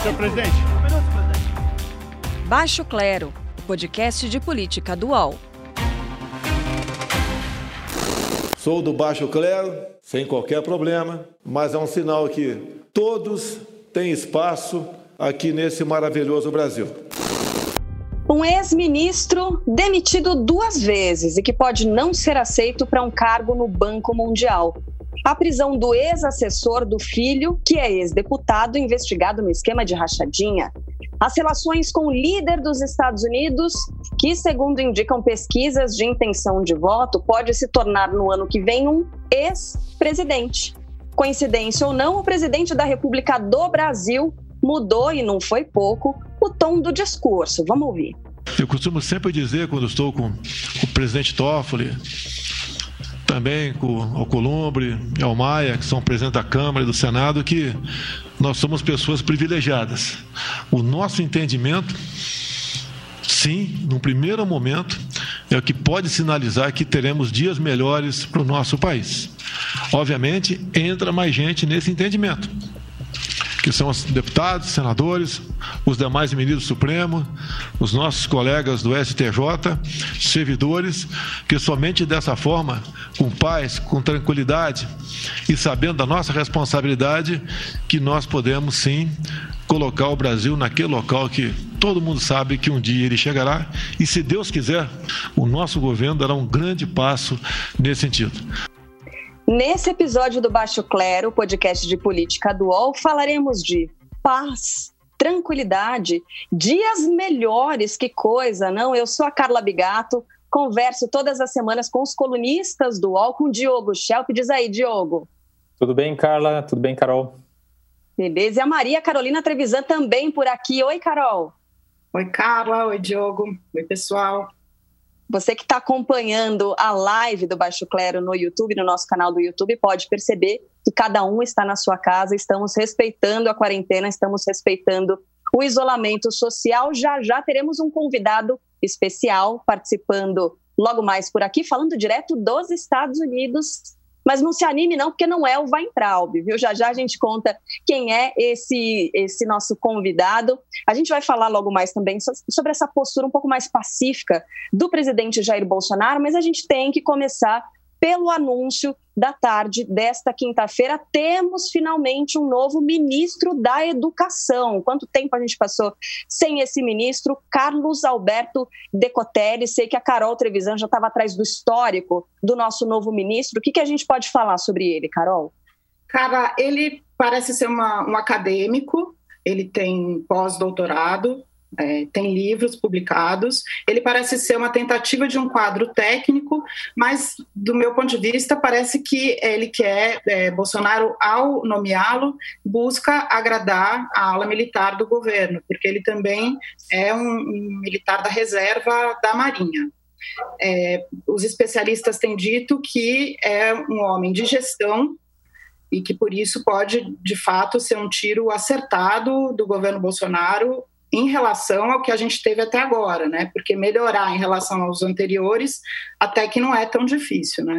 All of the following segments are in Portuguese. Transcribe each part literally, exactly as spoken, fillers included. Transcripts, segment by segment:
senhor presidente. Um minuto, presidente. Baixo Clero, podcast de política do U O L. Sou do Baixo Clero, sem qualquer problema, mas é um sinal que todos têm espaço aqui nesse maravilhoso Brasil. Um ex-ministro demitido duas vezes e que pode não ser aceito para um cargo no Banco Mundial. A prisão do ex-assessor do filho, que é ex-deputado, investigado no esquema de rachadinha. As relações com o líder dos Estados Unidos, que, segundo indicam pesquisas de intenção de voto, pode se tornar no ano que vem um ex-presidente. Coincidência ou não, o presidente da República do Brasil mudou, e não foi pouco, o tom do discurso. Vamos ouvir. Eu costumo sempre dizer, quando estou com, com o presidente Toffoli, também com o Alcolumbre e o Maia, que são presidentes da Câmara e do Senado, que nós somos pessoas privilegiadas. O nosso entendimento, sim, num primeiro momento, é o que pode sinalizar que teremos dias melhores para o nosso país. Obviamente, entra mais gente nesse entendimento, que são os deputados, senadores, os demais ministros do Supremo, os nossos colegas do S T J, servidores, que somente dessa forma, com paz, com tranquilidade e sabendo da nossa responsabilidade, que nós podemos sim colocar o Brasil naquele local que todo mundo sabe que um dia ele chegará, e se Deus quiser, o nosso governo dará um grande passo nesse sentido. Nesse episódio do Baixo Clero, podcast de política do U O L, falaremos de paz, tranquilidade, dias melhores, que coisa, não? Eu sou a Carla Bigato, converso todas as semanas com os colunistas do U O L, com o Diogo Schelp. Diz aí, Diogo. Tudo bem, Carla? Tudo bem, Carol? Beleza. E a Maria Carolina Trevisan também por aqui. Oi, Carol. Oi, Carla. Oi, Diogo. Oi, pessoal. Você que está acompanhando a live do Baixo Clero no YouTube, no nosso canal do YouTube, pode perceber que cada um está na sua casa, estamos respeitando a quarentena, estamos respeitando o isolamento social. Já já teremos um convidado especial participando logo mais por aqui, falando direto dos Estados Unidos. Mas não se anime não, porque não é o Weintraub, viu? Já já a gente conta quem é esse, esse nosso convidado. A gente vai falar logo mais também sobre essa postura um pouco mais pacífica do presidente Jair Bolsonaro, mas a gente tem que começar pelo anúncio da tarde desta quinta-feira. Temos finalmente um novo ministro da Educação. Quanto tempo a gente passou sem esse ministro? Carlos Alberto Decotelli. Sei que a Carol Trevisan já estava atrás do histórico do nosso novo ministro. O que, que a gente pode falar sobre ele, Carol? Cara, ele parece ser uma, um acadêmico, ele tem pós-doutorado, É, tem livros publicados, ele parece ser uma tentativa de um quadro técnico, mas do meu ponto de vista parece que ele quer, é, Bolsonaro, ao nomeá-lo, busca agradar a ala militar do governo, porque ele também é um, um militar da reserva da Marinha. É, os especialistas têm dito que é um homem de gestão e que por isso pode de fato ser um tiro acertado do governo Bolsonaro em relação ao que a gente teve até agora, né? Porque melhorar em relação aos anteriores até que não é tão difícil, né?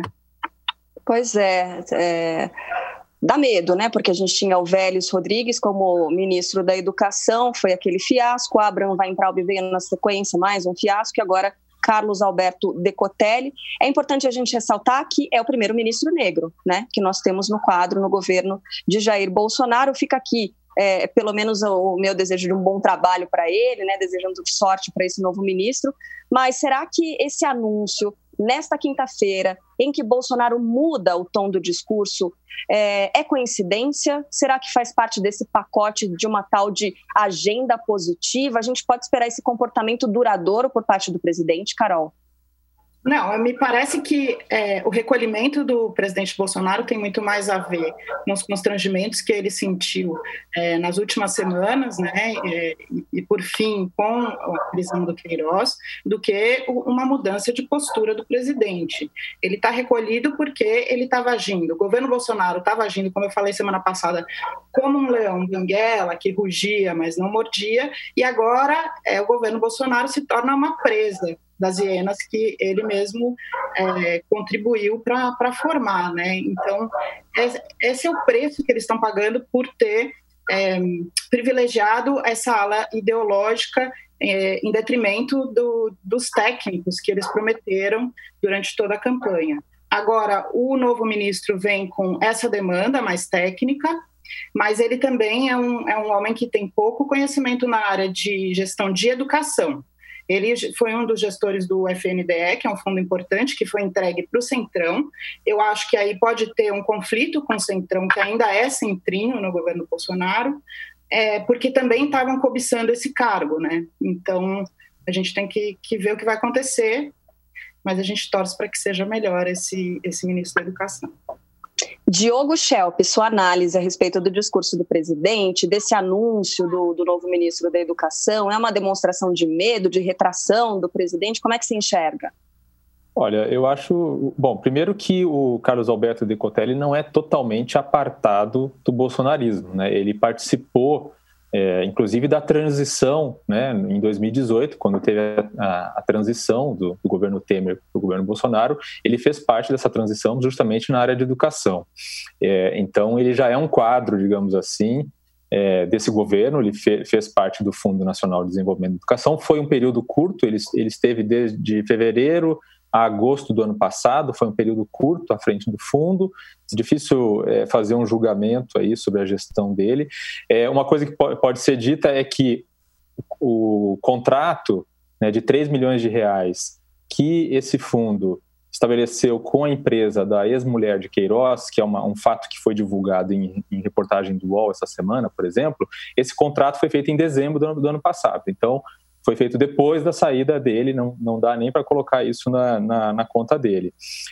Pois é, é... dá medo, né? Porque a gente tinha o Vélez Rodrigues como ministro da Educação, foi aquele fiasco, Abraham Weintraub veio na sequência, mais um fiasco, e agora Carlos Alberto Decotelli. É importante a gente ressaltar que é o primeiro ministro negro, né? Que nós temos no quadro, no governo de Jair Bolsonaro. Fica aqui É, pelo menos o meu desejo de um bom trabalho para ele, né, desejando sorte para esse novo ministro. Mas será que esse anúncio, nesta quinta-feira, em que Bolsonaro muda o tom do discurso, é, é coincidência? Será que faz parte desse pacote de uma tal de agenda positiva? A gente pode esperar esse comportamento duradouro por parte do presidente, Carol? Não, me parece que é, o recolhimento do presidente Bolsonaro tem muito mais a ver com os constrangimentos que ele sentiu é, nas últimas semanas, né, e, e por fim com a prisão do Queiroz, do que uma mudança de postura do presidente. Ele está recolhido porque ele estava agindo, o governo Bolsonaro estava agindo, como eu falei semana passada, como um leão banguela que rugia, mas não mordia, e agora é, o governo Bolsonaro se torna uma presa das hienas que ele mesmo é, contribuiu para formar, né? Então, esse é o preço que eles estão pagando por ter é, privilegiado essa ala ideológica é, em detrimento do, dos técnicos que eles prometeram durante toda a campanha. Agora, o novo ministro vem com essa demanda mais técnica, mas ele também é um, é um homem que tem pouco conhecimento na área de gestão de educação. Ele foi um dos gestores do F N D E, que é um fundo importante, que foi entregue para o Centrão. Eu acho que aí pode ter um conflito com o Centrão, que ainda é centrinho no governo Bolsonaro, é, porque também estavam cobiçando esse cargo, né? Então, a gente tem que, que ver o que vai acontecer, mas a gente torce para que seja melhor esse, esse ministro da Educação. Diogo Schelp, sua análise a respeito do discurso do presidente, desse anúncio do, do novo ministro da Educação, é uma demonstração de medo, de retração do presidente? Como é que se enxerga? Olha, eu acho... Bom, primeiro que o Carlos Alberto Decotelli não é totalmente apartado do bolsonarismo, né? Ele participou, é, inclusive, da transição, né, em dois mil e dezoito, quando teve a, a, a transição do, do governo Temer para o governo Bolsonaro. Ele fez parte dessa transição justamente na área de educação. É, então, ele já é um quadro, digamos assim, é, desse governo. Ele fe, fez parte do Fundo Nacional de Desenvolvimento da Educação. Foi um período curto, ele, ele esteve desde fevereiro a agosto do ano passado, foi um período curto à frente do fundo. É difícil é, fazer um julgamento aí sobre a gestão dele. É, uma coisa que pode ser dita é que o contrato, né, de três milhões de reais que esse fundo estabeleceu com a empresa da ex-mulher de Queiroz, que é uma, um fato que foi divulgado em, em reportagem do U O L essa semana, por exemplo, esse contrato foi feito em dezembro do ano, do ano passado. Então, foi feito depois da saída dele, não, não dá nem para colocar isso na, na, na conta dele.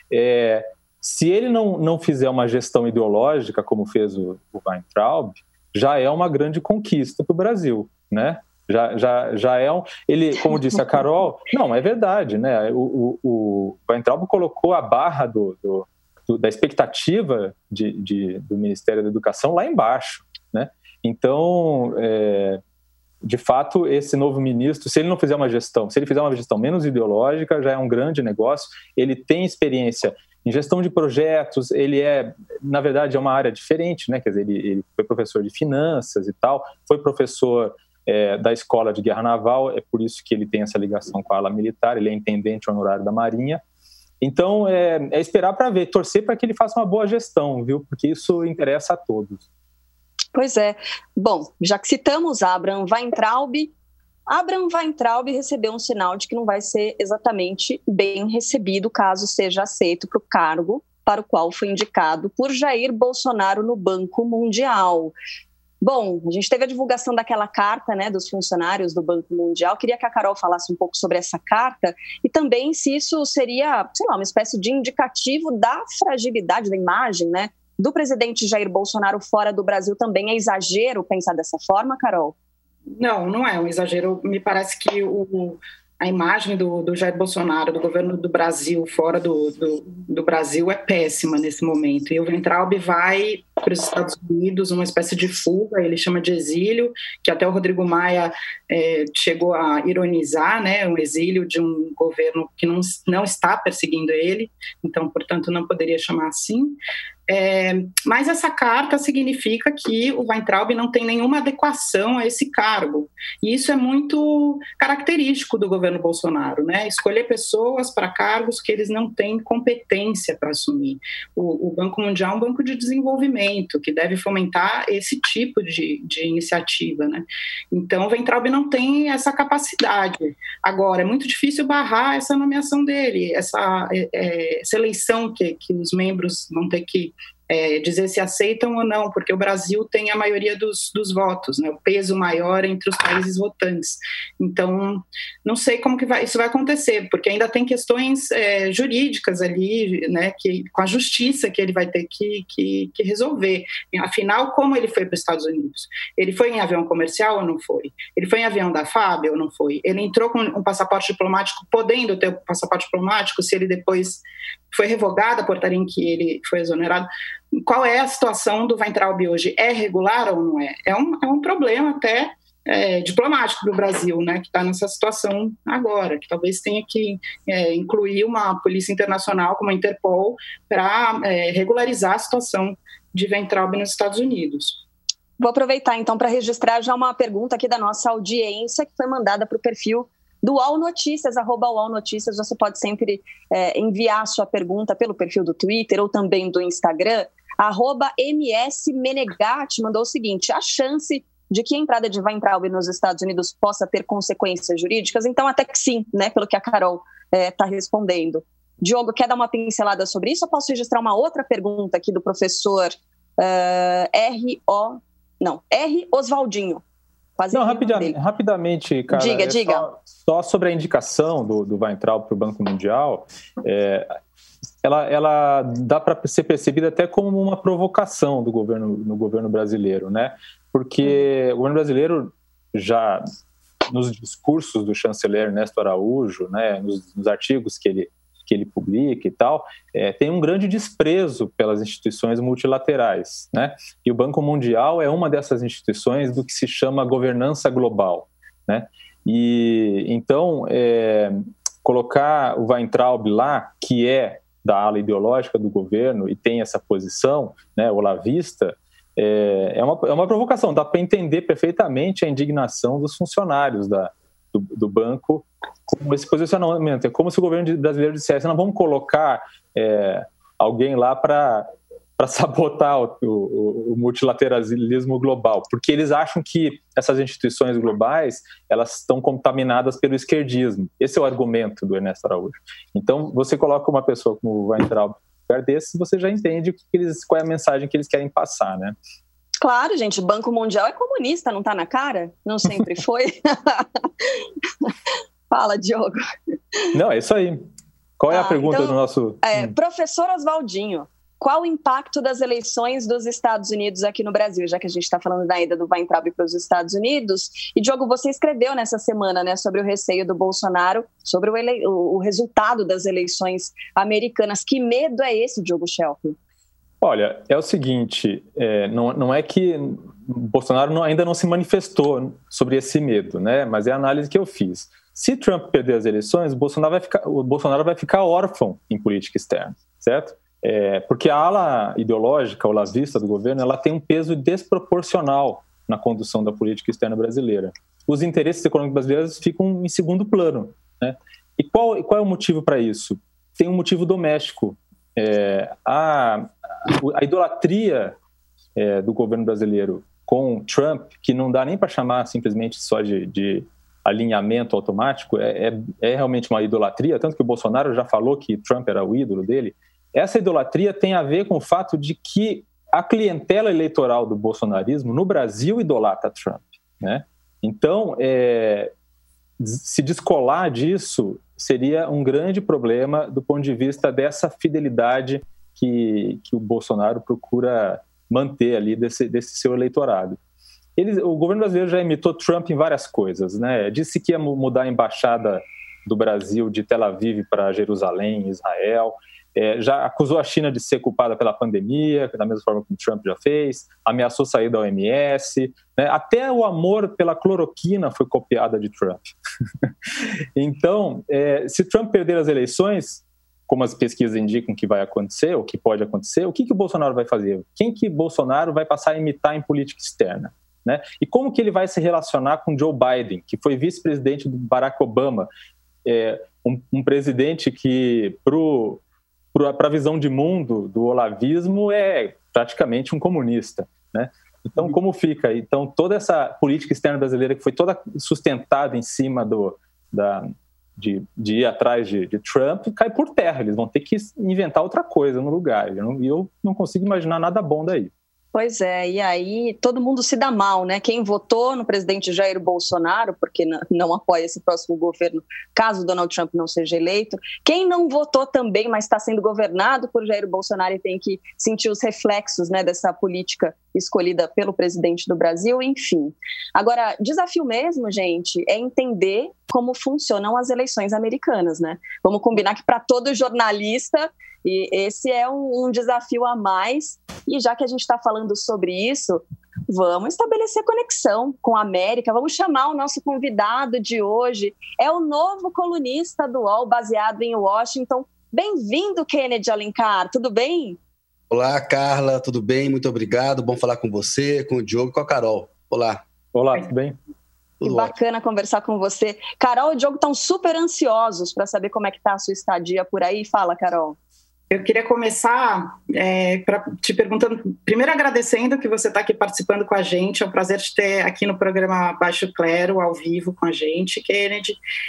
É, se ele não, não fizer uma gestão ideológica, como fez o, o Weintraub, já é uma grande conquista para o Brasil, né? Já, já, já é um... Ele, como disse a Carol, não, é verdade, né? O, o, o Weintraub colocou a barra do, do, do, da expectativa de, de, do Ministério da Educação lá embaixo, né? Então... É, de fato, esse novo ministro, se ele não fizer uma gestão, se ele fizer uma gestão menos ideológica, já é um grande negócio. Ele tem experiência em gestão de projetos, ele é, na verdade, é uma área diferente, né? Quer dizer, ele, ele foi professor de finanças e tal, foi professor é, da Escola de Guerra Naval, é por isso que ele tem essa ligação com a ala militar, ele é intendente honorário da Marinha. Então, é, é esperar para ver, torcer para que ele faça uma boa gestão, viu? Porque isso interessa a todos. Pois é. Bom, já que citamos Abraham Weintraub, Abraham Weintraub recebeu um sinal de que não vai ser exatamente bem recebido caso seja aceito para o cargo para o qual foi indicado por Jair Bolsonaro no Banco Mundial. Bom, a gente teve a divulgação daquela carta, né, dos funcionários do Banco Mundial. Queria que a Carol falasse um pouco sobre essa carta e também se isso seria, sei lá, uma espécie de indicativo da fragilidade da imagem, né, do presidente Jair Bolsonaro fora do Brasil. Também é exagero pensar dessa forma, Carol? Não, não é um exagero. Me parece que o, a imagem do, do Jair Bolsonaro, do governo do Brasil, fora do, do, do Brasil, é péssima nesse momento. E o Weintraub vai para os Estados Unidos, uma espécie de fuga, ele chama de exílio, que até o Rodrigo Maia é, chegou a ironizar, né, um exílio de um governo que não, não está perseguindo ele, então, portanto, não poderia chamar assim. É, mas essa carta significa que o Weintraub não tem nenhuma adequação a esse cargo, e isso é muito característico do governo Bolsonaro, né? Escolher pessoas para cargos que eles não têm competência para assumir. O, o Banco Mundial é um banco de desenvolvimento que deve fomentar esse tipo de, de iniciativa, né? Então o Weintraub não tem essa capacidade. Agora, é muito difícil barrar essa nomeação dele, essa, é, essa eleição que, que os membros vão ter que É, dizer se aceitam ou não, porque o Brasil tem a maioria dos, dos votos, né, o peso maior entre os países votantes. Então, não sei como que vai, isso vai acontecer, porque ainda tem questões é, jurídicas ali, né, que, com a justiça que ele vai ter que, que, que resolver. Afinal, como ele foi para os Estados Unidos? Ele foi em avião comercial ou não foi? Ele foi em avião da F A B ou não foi? Ele entrou com um passaporte diplomático, podendo ter o passaporte diplomático, se ele depois foi revogada a portaria em que ele foi exonerado. Qual é a situação do Weintraub hoje? É regular ou não é? É um, é um problema até é, diplomático do Brasil, né, que está nessa situação agora, que talvez tenha que é, incluir uma polícia internacional como a Interpol para é, regularizar a situação de Weintraub nos Estados Unidos. Vou aproveitar então para registrar já uma pergunta aqui da nossa audiência que foi mandada para o perfil do U O L Notícias, arroba U O L Notícias. Você pode sempre é, enviar a sua pergunta pelo perfil do Twitter ou também do Instagram. Arroba M S Menegatti mandou o seguinte: a chance de que a entrada de Weintraub nos Estados Unidos possa ter consequências jurídicas? Então, até que sim, né, pelo que a Carol está é, respondendo. Diogo, quer dar uma pincelada sobre isso? Eu posso registrar uma outra pergunta aqui do professor uh, R O... Não, R. Oswaldinho. Quase Não, rapidamente, rapidamente, cara. Diga, é diga. Só, só sobre a indicação do, do Weintraub para o Banco Mundial, é, ela, ela dá para ser percebida até como uma provocação do governo, no governo brasileiro, né? Porque o governo brasileiro já, nos discursos do chanceler Ernesto Araújo, né, nos, nos artigos que ele, que ele publica e tal, é, tem um grande desprezo pelas instituições multilaterais, né? E o Banco Mundial é uma dessas instituições do que se chama governança global, né? E então, é, colocar o Weintraub lá, que é da ala ideológica do governo e tem essa posição, né, olavista, é, é, uma, é uma provocação. Dá para entender perfeitamente a indignação dos funcionários da, do, do banco com esse posicionamento. É como se o governo brasileiro dissesse: não, vamos colocar é, alguém lá para para sabotar o, o, o multilateralismo global, porque eles acham que essas instituições globais elas estão contaminadas pelo esquerdismo. Esse é o argumento do Ernesto Araújo. Então, você coloca uma pessoa como o Weintraub lugar desse, você já entende que eles, qual é a mensagem que eles querem passar, né? Claro, gente, o Banco Mundial é comunista, não está na cara? Não sempre foi? Fala, Diogo. Não, é isso aí. Qual é ah, a pergunta então, do nosso... É, professor Oswaldinho, qual o impacto das eleições dos Estados Unidos aqui no Brasil, já que a gente está falando da ida do Weintraub para os Estados Unidos? E, Diogo, você escreveu nessa semana, né, sobre o receio do Bolsonaro, sobre o, ele... o resultado das eleições americanas. Que medo é esse, Diogo Schelp? Olha, é o seguinte, é, não, não é que o Bolsonaro não, ainda não se manifestou sobre esse medo, né? Mas é a análise que eu fiz. Se Trump perder as eleições, o Bolsonaro vai ficar, o Bolsonaro vai ficar órfão em política externa, certo? É, porque a ala ideológica, olavista do governo, ela tem um peso desproporcional na condução da política externa brasileira. Os interesses econômicos brasileiros ficam em segundo plano, né? E qual, qual é o motivo para isso? Tem um motivo doméstico. É, a, a idolatria é, do governo brasileiro com Trump, que não dá nem para chamar simplesmente só de, de alinhamento automático, é, é, é realmente uma idolatria, tanto que o Bolsonaro já falou que Trump era o ídolo dele. Essa idolatria tem a ver com o fato de que a clientela eleitoral do bolsonarismo no Brasil idolatra Trump, né? Então, é, se descolar disso seria um grande problema do ponto de vista dessa fidelidade que, que o Bolsonaro procura manter ali desse, desse seu eleitorado. Ele, o governo brasileiro já imitou Trump em várias coisas, né? Disse que ia mudar a embaixada do Brasil de Tel Aviv para Jerusalém, Israel. É, já acusou a China de ser culpada pela pandemia, da mesma forma que o Trump já fez, ameaçou sair da O M S, né? Até o amor pela cloroquina foi copiada de Trump. Então, é, se Trump perder as eleições, como as pesquisas indicam que vai acontecer, ou que pode acontecer, o que, que o Bolsonaro vai fazer? Quem que Bolsonaro vai passar a imitar em política externa, né? E como que ele vai se relacionar com Joe Biden, que foi vice-presidente do Barack Obama, é, um, um presidente que, pro para a visão de mundo do olavismo, é praticamente um comunista, né? Então, como fica? Então, toda essa política externa brasileira que foi toda sustentada em cima do, da, de, de ir atrás de, de Trump, cai por terra. Eles vão ter que inventar outra coisa no lugar. E eu, não, eu não consigo imaginar nada bom daí. Pois é, e aí todo mundo se dá mal, né? Quem votou no presidente Jair Bolsonaro, porque não, não apoia esse próximo governo, caso Donald Trump não seja eleito. Quem não votou também, mas está sendo governado por Jair Bolsonaro e tem que sentir os reflexos, né, dessa política escolhida pelo presidente do Brasil, enfim. Agora, desafio mesmo, gente, é entender como funcionam as eleições americanas, né? Vamos combinar que para todo jornalista... E esse é um, um desafio a mais. E já que a gente está falando sobre isso, vamos estabelecer conexão com a América. Vamos chamar o nosso convidado de hoje. É o novo colunista do U O L, baseado em Washington. Bem-vindo, Kennedy Alencar. Tudo bem? Olá, Carla, tudo bem? Muito obrigado. Bom falar com você, com o Diogo e com a Carol. Olá. Olá, tudo bem? Que bacana conversar com você. Carol e Diogo estão super ansiosos para saber como é que está a sua estadia por aí. Fala, Carol. Eu queria começar é, pra, te perguntando, primeiro agradecendo que você está aqui participando com a gente, é um prazer te ter aqui no programa Baixo Clero, ao vivo com a gente, Kennedy.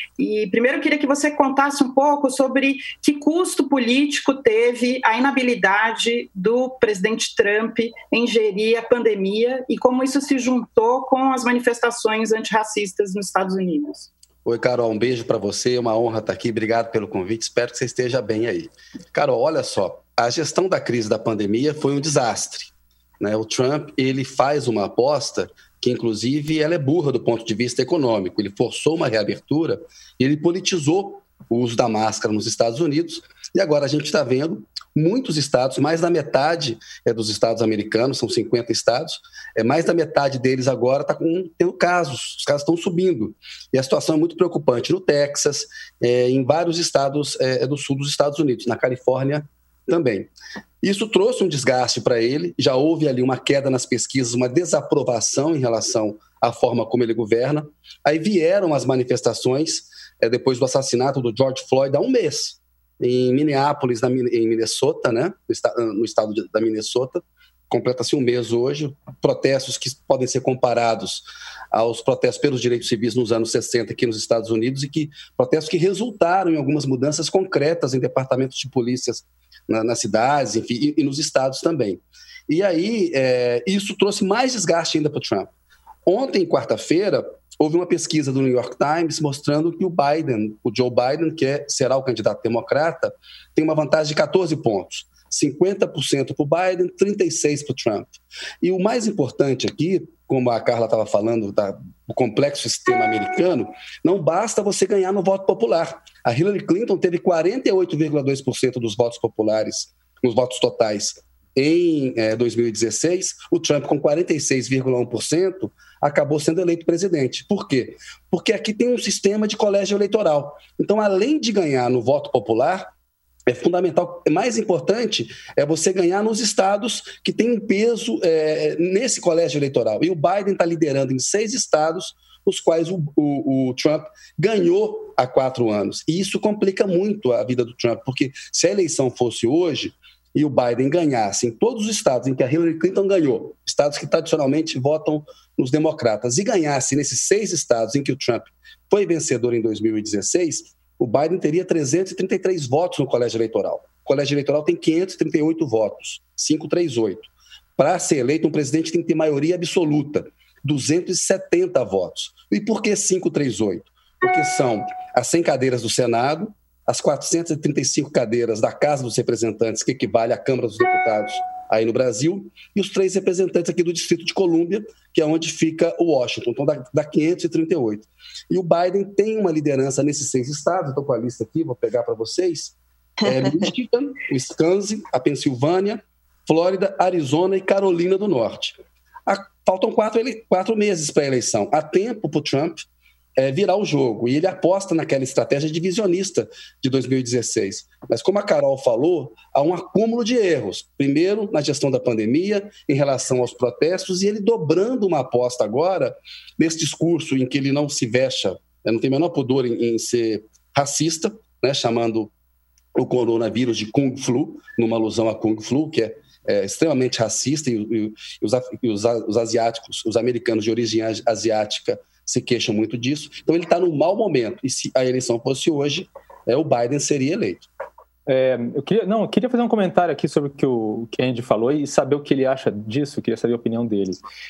E primeiro eu queria que você contasse um pouco sobre que custo político teve a inabilidade do presidente Trump em gerir a pandemia e como isso se juntou com as manifestações antirracistas nos Estados Unidos. Oi, Carol, um beijo para você, é uma honra estar aqui, obrigado pelo convite, espero que você esteja bem aí. Carol, olha só, a gestão da crise da pandemia foi um desastre, né? O Trump, ele faz uma aposta que, inclusive, ela é burra do ponto de vista econômico, ele forçou uma reabertura e ele politizou o uso da máscara nos Estados Unidos e agora a gente está vendo muitos estados, mais da metade é dos estados americanos, são cinquenta estados, é, mais da metade deles agora está com tendo casos, os casos estão subindo. E a situação é muito preocupante no Texas, é, em vários estados é, do sul dos Estados Unidos, na Califórnia também. Isso trouxe um desgaste para ele, já houve ali uma queda nas pesquisas, uma desaprovação em relação à forma como ele governa. Aí vieram as manifestações é, depois do assassinato do George Floyd há um mês, em Minneapolis, na, em Minnesota, né? no estado de, da Minnesota, completa-se um mês hoje, protestos que podem ser comparados aos protestos pelos direitos civis nos anos sessenta aqui nos Estados Unidos e que protestos que resultaram em algumas mudanças concretas em departamentos de polícias na, nas cidades, enfim, e, e nos estados também. E aí, é, isso trouxe mais desgaste ainda para o Trump. Ontem, quarta-feira, houve uma pesquisa do New York Times mostrando que o Biden, o Joe Biden, que é, será o candidato democrata, tem uma vantagem de catorze pontos. cinquenta por cento para o Biden, trinta e seis por cento para o Trump. E o mais importante aqui, como a Carla estava falando, tá, do complexo sistema americano, não basta você ganhar no voto popular. A Hillary Clinton teve quarenta e oito vírgula dois por cento dos votos populares, nos votos totais, em eh, dois mil e dezesseis, o Trump, com quarenta e seis vírgula um por cento, acabou sendo eleito presidente. Por quê? Porque aqui tem um sistema de colégio eleitoral. Então, além de ganhar no voto popular, é fundamental, mais importante é você ganhar nos estados que têm um peso é, nesse colégio eleitoral. E o Biden está liderando em seis estados, os quais o, o, o Trump ganhou há quatro anos. E isso complica muito a vida do Trump, porque se a eleição fosse hoje e o Biden ganhasse em todos os estados em que a Hillary Clinton ganhou, estados que tradicionalmente votam nos democratas, e ganhasse nesses seis estados em que o Trump foi vencedor em dois mil e dezesseis, o Biden teria trezentos e trinta e três votos no colégio eleitoral. O colégio eleitoral tem quinhentos e trinta e oito votos, quinhentos e trinta e oito. Para ser eleito, um presidente tem que ter maioria absoluta, duzentos e setenta votos. E por que quinhentos e trinta e oito? Porque são as cem cadeiras do Senado, as quatrocentas e trinta e cinco cadeiras da Casa dos Representantes, que equivale à Câmara dos Deputados aí no Brasil, e os três representantes aqui do Distrito de Colômbia, que é onde fica o Washington. Então dá, dá quinhentos e trinta e oito. E o Biden tem uma liderança nesses seis estados, estou com a lista aqui, vou pegar para vocês, é Michigan, Wisconsin, a Pensilvânia, Flórida, Arizona e Carolina do Norte. Há, faltam quatro, ele, quatro meses para a eleição. Há tempo para o Trump É, virar o jogo, e ele aposta naquela estratégia divisionista de dois mil e dezesseis. Mas como a Carol falou, há um acúmulo de erros. Primeiro, na gestão da pandemia, em relação aos protestos, e ele dobrando uma aposta agora, nesse discurso em que ele não se vexa, não tem o menor pudor em, em ser racista, né, chamando o coronavírus de Kung Flu, numa alusão a Kung Flu, que é, é extremamente racista, e, e, e, os, e os, os asiáticos, os americanos de origem asiática, se queixam muito disso. Então ele está num mau momento. E se a eleição fosse hoje, é, o Biden seria eleito. É, eu, queria, não, eu queria fazer um comentário aqui sobre o que o Kennedy falou e saber o que ele acha disso, eu queria saber a opinião dele.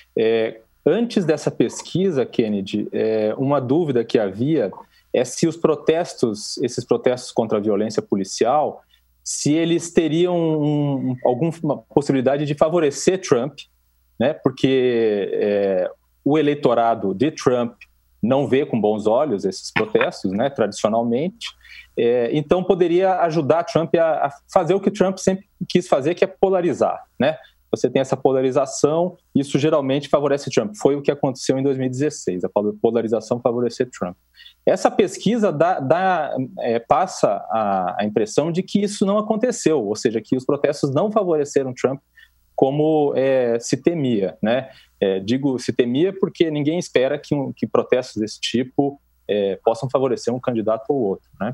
É, antes dessa pesquisa, Kennedy, é, uma dúvida que havia é se os protestos, esses protestos contra a violência policial, se eles teriam um, alguma possibilidade de favorecer Trump, né? Porque é, o eleitorado de Trump não vê com bons olhos esses protestos, né, tradicionalmente, é, então poderia ajudar Trump a, a fazer o que Trump sempre quis fazer, que é polarizar, né, você tem essa polarização, isso geralmente favorece Trump. Foi o que aconteceu em dois mil e dezesseis, a polarização favorecer Trump. Essa pesquisa dá, dá, é, passa a, a impressão de que isso não aconteceu, ou seja, que os protestos não favoreceram Trump como é, se temia, né? É, digo se temia porque ninguém espera que, um, que protestos desse tipo é, possam favorecer um candidato ou outro, né?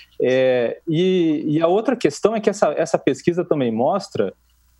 É, e, e a outra questão é que essa, essa pesquisa também mostra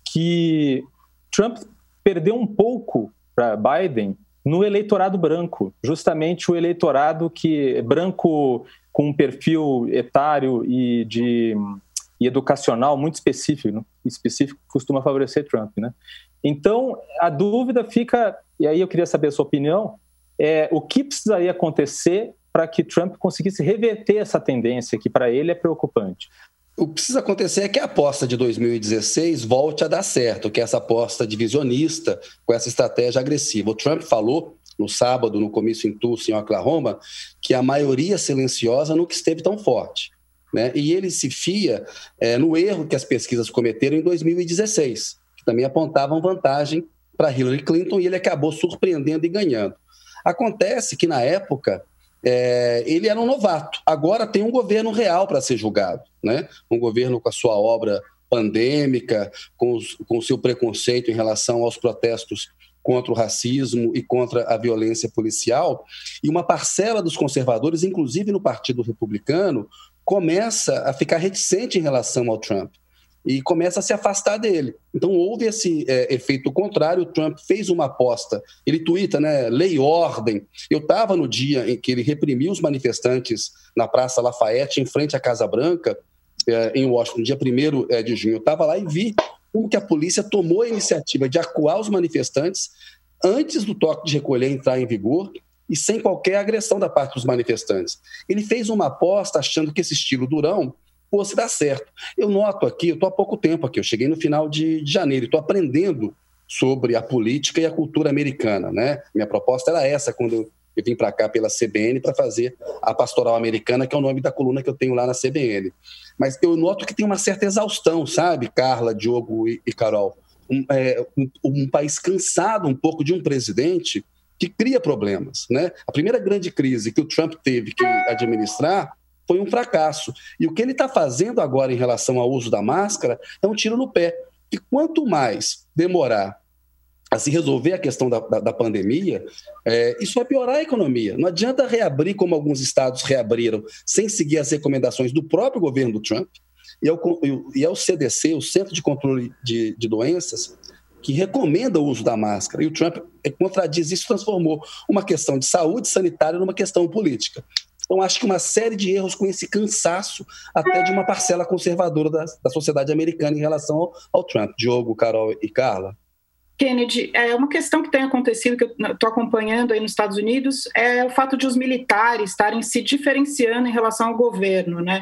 que Trump perdeu um pouco para Biden no eleitorado branco, justamente o eleitorado que branco com um perfil etário e, de, e educacional muito específico, específico costuma favorecer Trump, né? Então, a dúvida fica, e aí eu queria saber a sua opinião, é, o que precisaria acontecer para que Trump conseguisse reverter essa tendência que para ele é preocupante? O que precisa acontecer é que a aposta de dois mil e dezesseis volte a dar certo, que é essa aposta divisionista com essa estratégia agressiva. O Trump falou no sábado, no comício em Tulsa, em Oklahoma, que a maioria silenciosa nunca esteve tão forte, né? E ele se fia é, no erro que as pesquisas cometeram em dois mil e dezesseis, que também apontavam vantagem para Hillary Clinton, e ele acabou surpreendendo e ganhando. Acontece que, na época, É, ele era um novato. Agora tem um governo real para ser julgado, né? Um governo com a sua obra pandêmica, com, os, com o seu preconceito em relação aos protestos contra o racismo e contra a violência policial. E uma parcela dos conservadores, inclusive no Partido Republicano, começa a ficar reticente em relação ao Trump e começa a se afastar dele. Então houve esse é, efeito contrário. O Trump fez uma aposta, ele tuita, né, lei e ordem. Eu estava no dia em que ele reprimiu os manifestantes na Praça Lafayette, em frente à Casa Branca, é, em Washington, dia primeiro de junho. Eu estava lá e vi como que a polícia tomou a iniciativa de acuar os manifestantes antes do toque de recolher entrar em vigor e sem qualquer agressão da parte dos manifestantes. Ele fez uma aposta achando que esse estilo durão fosse dar certo. Eu noto aqui, eu estou há pouco tempo aqui, eu cheguei no final de, de janeiro, estou aprendendo sobre a política e a cultura americana, né? Minha proposta era essa, quando eu, eu vim para cá pela C B N para fazer a Pastoral Americana, que é o nome da coluna que eu tenho lá na C B N. Mas eu noto que tem uma certa exaustão, sabe, Carla, Diogo e, e Carol? Um, é, um, um país cansado um pouco de um presidente que cria problemas, né? A primeira grande crise que o Trump teve que administrar foi um fracasso. E o que ele está fazendo agora em relação ao uso da máscara é um tiro no pé. E quanto mais demorar a se resolver a questão da, da, da pandemia, é, isso vai piorar a economia. Não adianta reabrir como alguns estados reabriram, sem seguir as recomendações do próprio governo do Trump. E é o, e é o C D C, o Centro de Controle de, de Doenças, que recomenda o uso da máscara. E o Trump contradiz isso, transformou uma questão de saúde sanitária numa questão política. Então, acho que uma série de erros com esse cansaço até de uma parcela conservadora da, da sociedade americana em relação ao, ao Trump. Diogo, Carol e Carla. Kennedy, é uma questão que tem acontecido, que eu estou acompanhando aí nos Estados Unidos, é o fato de os militares estarem se diferenciando em relação ao governo, né?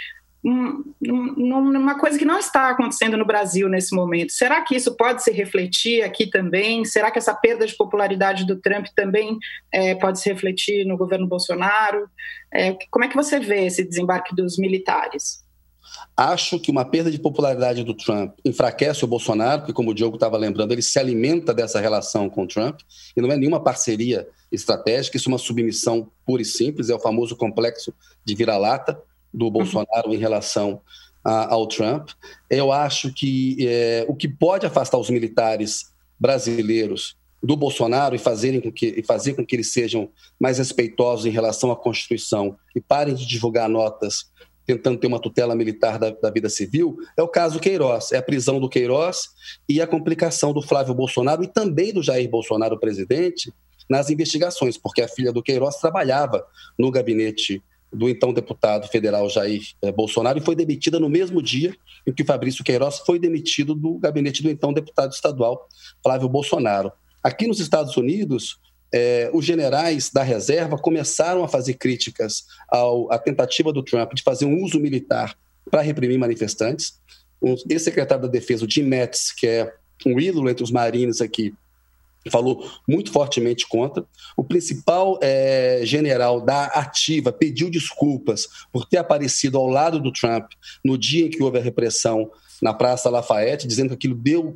Uma coisa que não está acontecendo no Brasil nesse momento. Será que isso pode se refletir aqui também? Será que essa perda de popularidade do Trump também é, pode se refletir no governo Bolsonaro? É, como é que você vê esse desembarque dos militares? Acho que uma perda de popularidade do Trump enfraquece o Bolsonaro, porque, como o Diogo estava lembrando, ele se alimenta dessa relação com o Trump, e não é nenhuma parceria estratégica, isso é uma submissão pura e simples, é o famoso complexo de vira-lata do Bolsonaro em relação a, ao Trump. Eu acho que é, o que pode afastar os militares brasileiros do Bolsonaro e, fazerem com que, e fazer com que eles sejam mais respeitosos em relação à Constituição e parem de divulgar notas tentando ter uma tutela militar da, da vida civil, é o caso Queiroz, é a prisão do Queiroz e a complicação do Flávio Bolsonaro e também do Jair Bolsonaro, presidente, nas investigações, porque a filha do Queiroz trabalhava no gabinete do então deputado federal Jair Bolsonaro e foi demitida no mesmo dia em que Fabrício Queiroz foi demitido do gabinete do então deputado estadual Flávio Bolsonaro. Aqui nos Estados Unidos, eh, os generais da reserva começaram a fazer críticas ao, à tentativa do Trump de fazer um uso militar para reprimir manifestantes. Um ex-secretário da Defesa, o Jim Mattis, que é um ídolo entre os marines aqui, falou muito fortemente contra. O principal é, general da ativa pediu desculpas por ter aparecido ao lado do Trump no dia em que houve a repressão na Praça Lafayette, dizendo que aquilo deu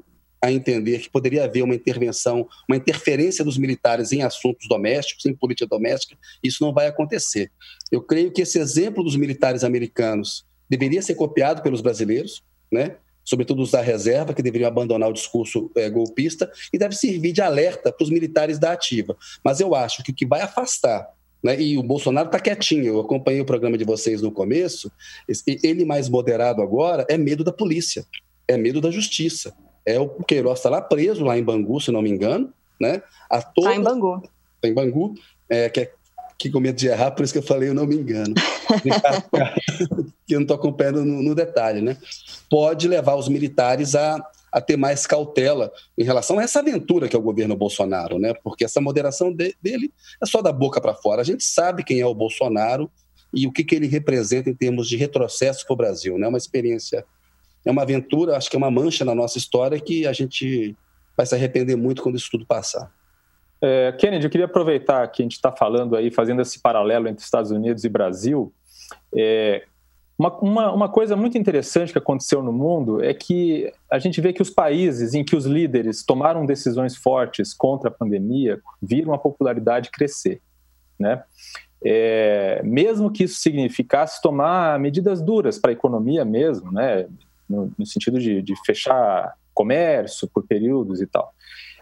a entender que poderia haver uma intervenção, uma interferência dos militares em assuntos domésticos, em política doméstica. Isso não vai acontecer. Eu creio que esse exemplo dos militares americanos deveria ser copiado pelos brasileiros, né? Sobretudo os da reserva, que deveriam abandonar o discurso é, golpista, e deve servir de alerta para os militares da ativa. Mas eu acho que o que vai afastar, né, e o Bolsonaro está quietinho, eu acompanhei o programa de vocês no começo, ele mais moderado agora é medo da polícia, é medo da justiça. É o Queiroz está lá preso, lá em Bangu, se não me engano. Né? Está em Bangu. Está em Bangu, é, que é que com medo de errar, por isso que eu falei, eu não me engano. Que eu não estou acompanhando no, no detalhe, né? Pode levar os militares a, a ter mais cautela em relação a essa aventura que é o governo Bolsonaro, né? Porque essa moderação de, dele é só da boca para fora. A gente sabe quem é o Bolsonaro e o que, que ele representa em termos de retrocesso para o Brasil, né? Uma experiência, é uma aventura, acho que é uma mancha na nossa história que a gente vai se arrepender muito quando isso tudo passar. É, Kennedy, eu queria aproveitar que a gente está falando aí, fazendo esse paralelo entre Estados Unidos e Brasil. É, uma, uma, uma coisa muito interessante que aconteceu no mundo é que a gente vê que os países em que os líderes tomaram decisões fortes contra a pandemia viram a popularidade crescer, né? É, mesmo que isso significasse tomar medidas duras para a economia mesmo, né? no, no sentido de, de fechar comércio por períodos e tal.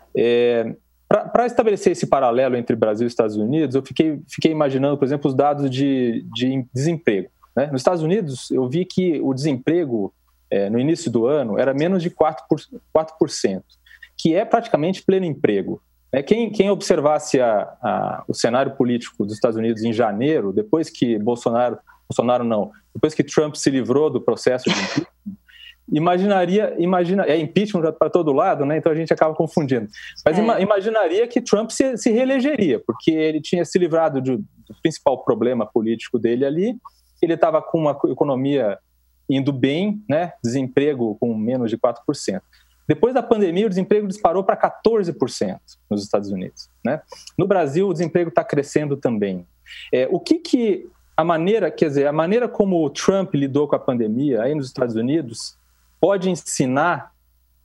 É, Para estabelecer esse paralelo entre Brasil e Estados Unidos, eu fiquei, fiquei imaginando, por exemplo, os dados de, de desemprego, né? Nos Estados Unidos, eu vi que o desemprego é, no início do ano era menos de quatro por cento, que é praticamente pleno emprego. É, quem, quem observasse a, a, o cenário político dos Estados Unidos em janeiro, depois que Bolsonaro, Bolsonaro não, depois que Trump se livrou do processo de impeachment, imaginaria, imagina, é impeachment para todo lado, né? Então a gente acaba confundindo. Mas é. ima, imaginaria que Trump se, se reelegeria, porque ele tinha se livrado de, do principal problema político dele ali, ele estava com uma economia indo bem, né? Desemprego com menos de quatro por cento. Depois da pandemia, o desemprego disparou para quatorze por cento nos Estados Unidos, né? No Brasil, o desemprego está crescendo também. É, o que que a maneira, quer dizer, a maneira como o Trump lidou com a pandemia aí nos Estados Unidos pode ensinar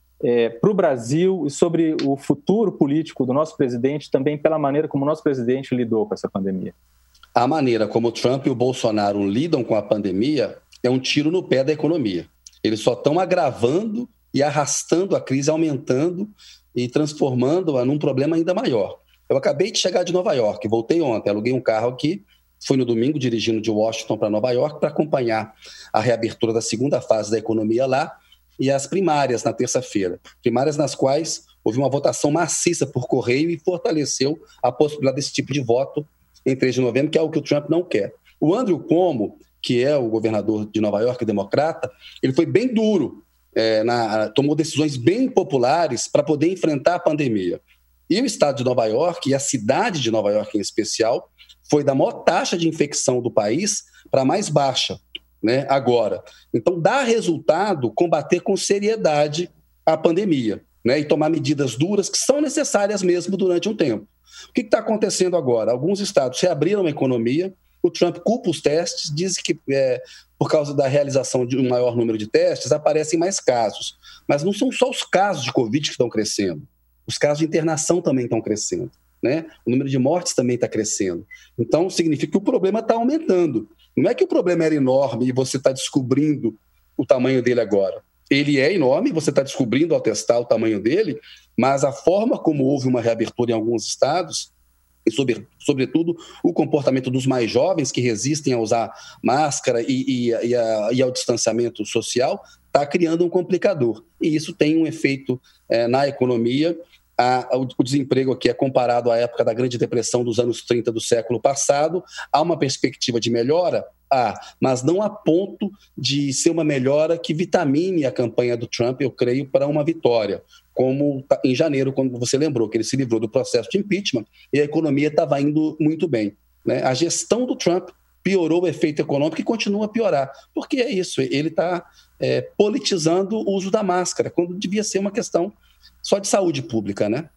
é, para o Brasil e sobre o futuro político do nosso presidente também pela maneira como o nosso presidente lidou com essa pandemia? A maneira como o Trump e o Bolsonaro lidam com a pandemia é um tiro no pé da economia. Eles só estão agravando e arrastando a crise, aumentando e transformando-a num problema ainda maior. Eu acabei de chegar de Nova York, voltei ontem, aluguei um carro aqui, fui no domingo dirigindo de Washington para Nova York para acompanhar a reabertura da segunda fase da economia lá, e as primárias na terça-feira. Primárias nas quais houve uma votação maciça por correio e fortaleceu a possibilidade desse tipo de voto em três de novembro, que é o que o Trump não quer. O Andrew Cuomo, que é o governador de Nova York, democrata, ele foi bem duro, é, na, tomou decisões bem impopulares para poder enfrentar a pandemia. E o estado de Nova York, e a cidade de Nova York em especial, foi da maior taxa de infecção do país para a mais baixa. Né, agora. Então, dá resultado combater com seriedade a pandemia, né, e tomar medidas duras que são necessárias mesmo durante um tempo. O que está acontecendo agora? Alguns estados reabriram a economia, o Trump culpa os testes, diz que é, por causa da realização de um maior número de testes, aparecem mais casos. Mas não são só os casos de Covid que estão crescendo, os casos de internação também estão crescendo. Né? O número de mortes também está crescendo. Então, significa que o problema está aumentando. Não é que o problema era enorme e você está descobrindo o tamanho dele agora. Ele é enorme, você está descobrindo ao testar o tamanho dele, mas a forma como houve uma reabertura em alguns estados, e sobre, sobretudo o comportamento dos mais jovens que resistem a usar máscara e, e, e, a, e ao distanciamento social, está criando um complicador. E isso tem um efeito é, na economia. A, o desemprego aqui é comparado à época da Grande Depressão dos anos trinta do século passado. Há uma perspectiva de melhora? Há, mas não a ponto de ser uma melhora que vitamine a campanha do Trump, eu creio, para uma vitória. Como em janeiro, quando você lembrou que ele se livrou do processo de impeachment e a economia estava indo muito bem. Né? A gestão do Trump piorou o efeito econômico e continua a piorar. Porque é isso, ele está é, politizando o uso da máscara, quando devia ser uma questão só de saúde pública, né?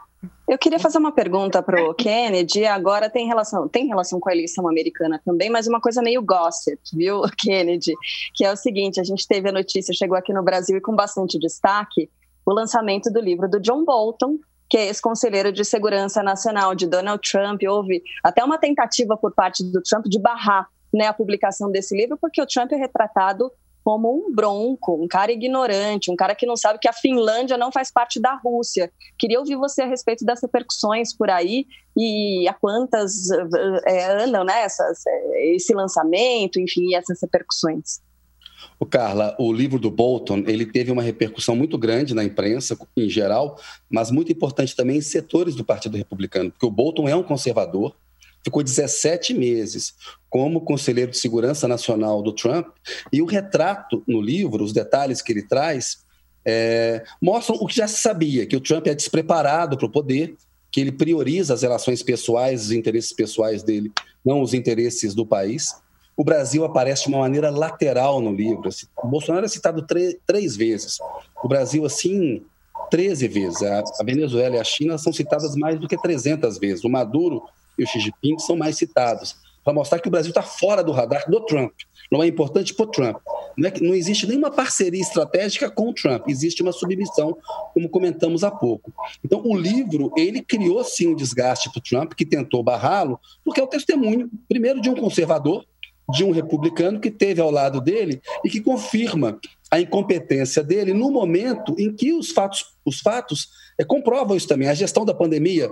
Eu queria fazer uma pergunta para o Kennedy, agora tem relação, tem relação com a eleição americana também, mas uma coisa meio gossip, viu, Kennedy? Que é o seguinte, a gente teve a notícia, chegou aqui no Brasil e com bastante destaque, o lançamento do livro do John Bolton, que é ex-conselheiro de segurança nacional de Donald Trump. Houve até uma tentativa por parte do Trump de barrar, né, a publicação desse livro, porque o Trump é retratado como um bronco, um cara ignorante, um cara que não sabe que a Finlândia não faz parte da Rússia. Queria ouvir você a respeito das repercussões por aí e a quantas é, andam, né, essas, esse lançamento, enfim, essas repercussões. O Carla, o livro do Bolton, ele teve uma repercussão muito grande na imprensa em geral, mas muito importante também em setores do Partido Republicano, porque o Bolton é um conservador, ficou dezessete meses como conselheiro de segurança nacional do Trump, e o retrato no livro, os detalhes que ele traz, é, mostram o que já se sabia, que o Trump é despreparado para o poder, que ele prioriza as relações pessoais, os interesses pessoais dele, não os interesses do país. O Brasil aparece de uma maneira lateral no livro. O Bolsonaro é citado três, três vezes. O Brasil, assim, treze vezes. A, a Venezuela e a China são citadas mais do que trezentas vezes. O Maduro e o Xi Jinping são mais citados, para mostrar que o Brasil está fora do radar do Trump. Não é importante para o Trump. Não, é, não existe nenhuma parceria estratégica com o Trump. Existe uma submissão, como comentamos há pouco. Então, o livro, ele criou, sim, um desgaste para o Trump, que tentou barrá-lo, porque é o testemunho, primeiro, de um conservador, de um republicano que teve ao lado dele e que confirma a incompetência dele no momento em que os fatos, os fatos é, comprovam isso também. A gestão da pandemia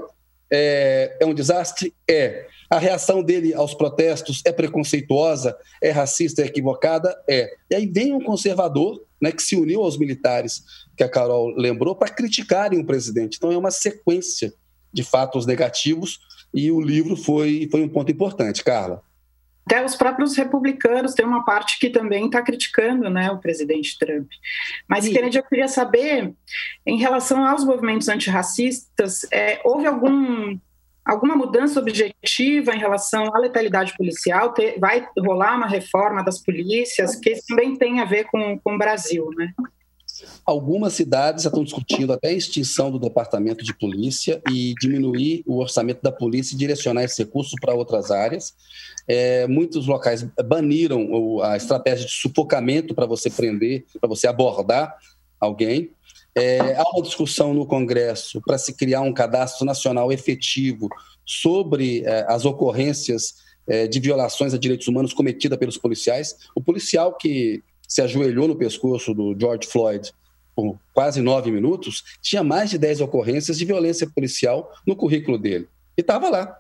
é, é um desastre? É. A reação dele aos protestos é preconceituosa, é racista, é equivocada? É. E aí vem um conservador, né, que se uniu aos militares, que a Carol lembrou, para criticarem o presidente. Então é uma sequência de fatos negativos e o livro foi, foi um ponto importante, Carla. Até os próprios republicanos têm uma parte que também está criticando, né, o presidente Trump. Mas, Sim. Kennedy, eu queria saber, em relação aos movimentos antirracistas, é, houve algum, alguma mudança objetiva em relação à letalidade policial? Te, vai rolar uma reforma das polícias, que isso também tem a ver com, com o Brasil, né? Algumas cidades já estão discutindo até a extinção do departamento de polícia e diminuir o orçamento da polícia e direcionar esse recurso para outras áreas. É, muitos locais baniram a estratégia de sufocamento para você prender, para você abordar alguém. É, há uma discussão no Congresso para se criar um cadastro nacional efetivo sobre é, as ocorrências é, de violações a direitos humanos cometidas pelos policiais. O policial que se ajoelhou no pescoço do George Floyd por quase nove minutos, tinha mais de dez ocorrências de violência policial no currículo dele. E estava lá,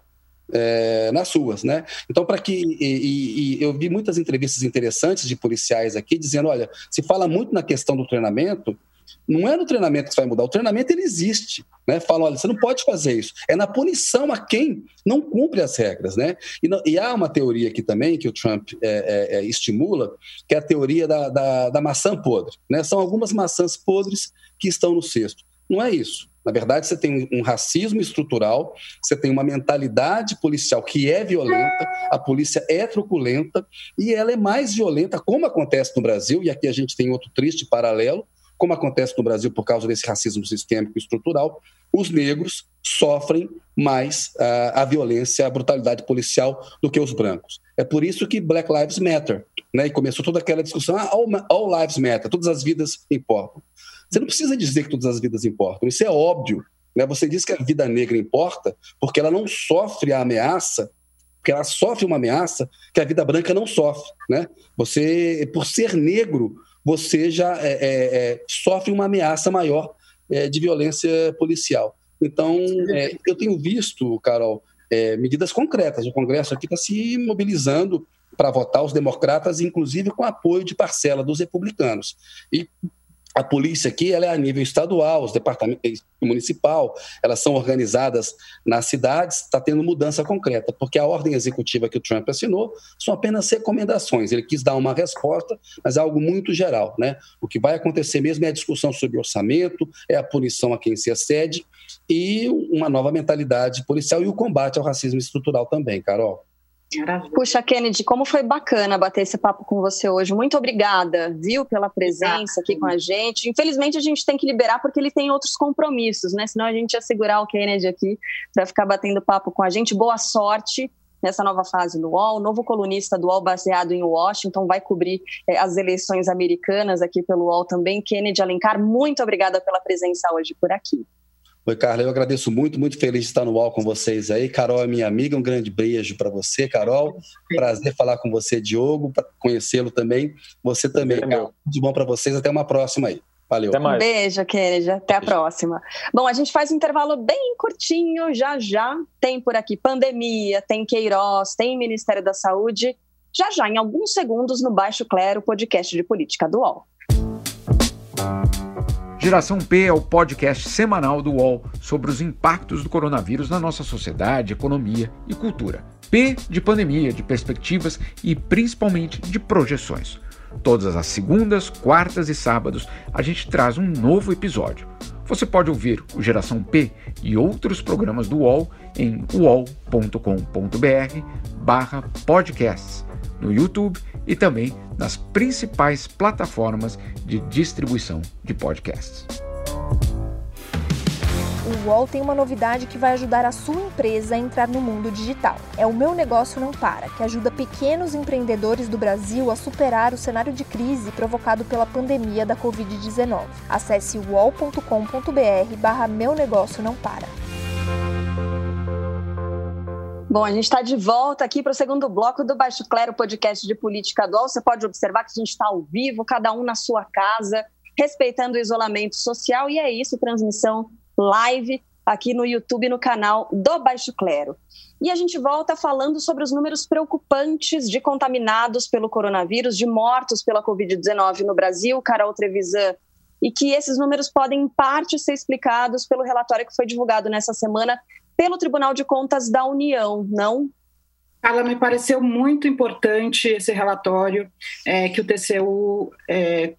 é, nas ruas, né? Então, para que... E, e, e eu vi muitas entrevistas interessantes de policiais aqui, dizendo, olha, se fala muito na questão do treinamento, não é no treinamento que vai mudar, o treinamento ele existe, né? Falam, olha, você não pode fazer isso, é na punição a quem não cumpre as regras, né? E, não, e há uma teoria aqui também que o Trump é, é, é, estimula, que é a teoria da, da, da maçã podre, né? São algumas maçãs podres que estão no cesto. Não é isso. Na verdade, você tem um racismo estrutural, você tem uma mentalidade policial que é violenta, a polícia é truculenta e ela é mais violenta, como acontece no Brasil, e aqui a gente tem outro triste paralelo, como acontece no Brasil por causa desse racismo sistêmico e estrutural, os negros sofrem mais uh, a violência, a brutalidade policial do que os brancos. É por isso que Black Lives Matter, né? E começou toda aquela discussão, ah, all, all lives matter, todas as vidas importam. Você não precisa dizer que todas as vidas importam, isso é óbvio, né? Você diz que a vida negra importa porque ela não sofre a ameaça, porque ela sofre uma ameaça que a vida branca não sofre, né? Você, por ser negro, você já é, é, sofre uma ameaça maior é, de violência policial. Então, é, eu tenho visto, Carol, é, medidas concretas. O Congresso aqui está se mobilizando para votar os democratas, inclusive com apoio de parcela dos republicanos. E a polícia aqui ela é a nível estadual, os departamentos municipal, elas são organizadas nas cidades, está tendo mudança concreta, porque a ordem executiva que o Trump assinou são apenas recomendações. Ele quis dar uma resposta, mas é algo muito geral, né? O que vai acontecer mesmo é a discussão sobre orçamento, é a punição a quem se excede e uma nova mentalidade policial e o combate ao racismo estrutural também, Carol. Puxa, Kennedy, como foi bacana bater esse papo com você hoje. Muito obrigada, viu, pela presença aqui com a gente. Infelizmente, a gente tem que liberar porque ele tem outros compromissos, né? Senão a gente ia segurar o Kennedy aqui para ficar batendo papo com a gente. Boa sorte nessa nova fase do U O L, novo colunista do U O L baseado em Washington, vai cobrir eh, as eleições americanas aqui pelo U O L também. Kennedy Alencar, muito obrigada pela presença hoje por aqui. Oi, Carla, eu agradeço muito, muito feliz de estar no U O L com vocês aí. Carol é minha amiga, um grande beijo para você, Carol. Prazer falar com você, Diogo, conhecê-lo também. Você também, Carla. Muito bom para vocês, até uma próxima aí. Valeu. Até mais. Um beijo, Kennedy. Até a próxima. Bom, a gente faz um intervalo bem curtinho, já já tem por aqui pandemia, tem Queiroz, tem Ministério da Saúde. Já já, em alguns segundos, no Baixo Clero, podcast de política do U O L. Geração P é o podcast semanal do U O L sobre os impactos do coronavírus na nossa sociedade, economia e cultura. P de pandemia, de perspectivas e principalmente de projeções. Todas as segundas, quartas e sábados a gente traz um novo episódio. Você pode ouvir o Geração P e outros programas do U O L em uol ponto com ponto br barra podcasts, no YouTube e também nas principais plataformas de distribuição de podcasts. O U O L tem uma novidade que vai ajudar a sua empresa a entrar no mundo digital. É o Meu Negócio Não Para, que ajuda pequenos empreendedores do Brasil a superar o cenário de crise provocado pela pandemia da covid dezenove. Acesse uol ponto com ponto br barra Meu Negócio Não Para. Bom, a gente está de volta aqui para o segundo bloco do Baixo Clero, podcast de política do U O L. Você pode observar que a gente está ao vivo, cada um na sua casa, respeitando o isolamento social, e é isso, transmissão live aqui no YouTube, no canal do Baixo Clero. E a gente volta falando sobre os números preocupantes de contaminados pelo coronavírus, de mortos pela covid dezenove no Brasil, Carol Trevisan, e que esses números podem, em parte, ser explicados pelo relatório que foi divulgado nessa semana pelo Tribunal de Contas da União, não? Carla, me pareceu muito importante esse relatório é, que o T C U é,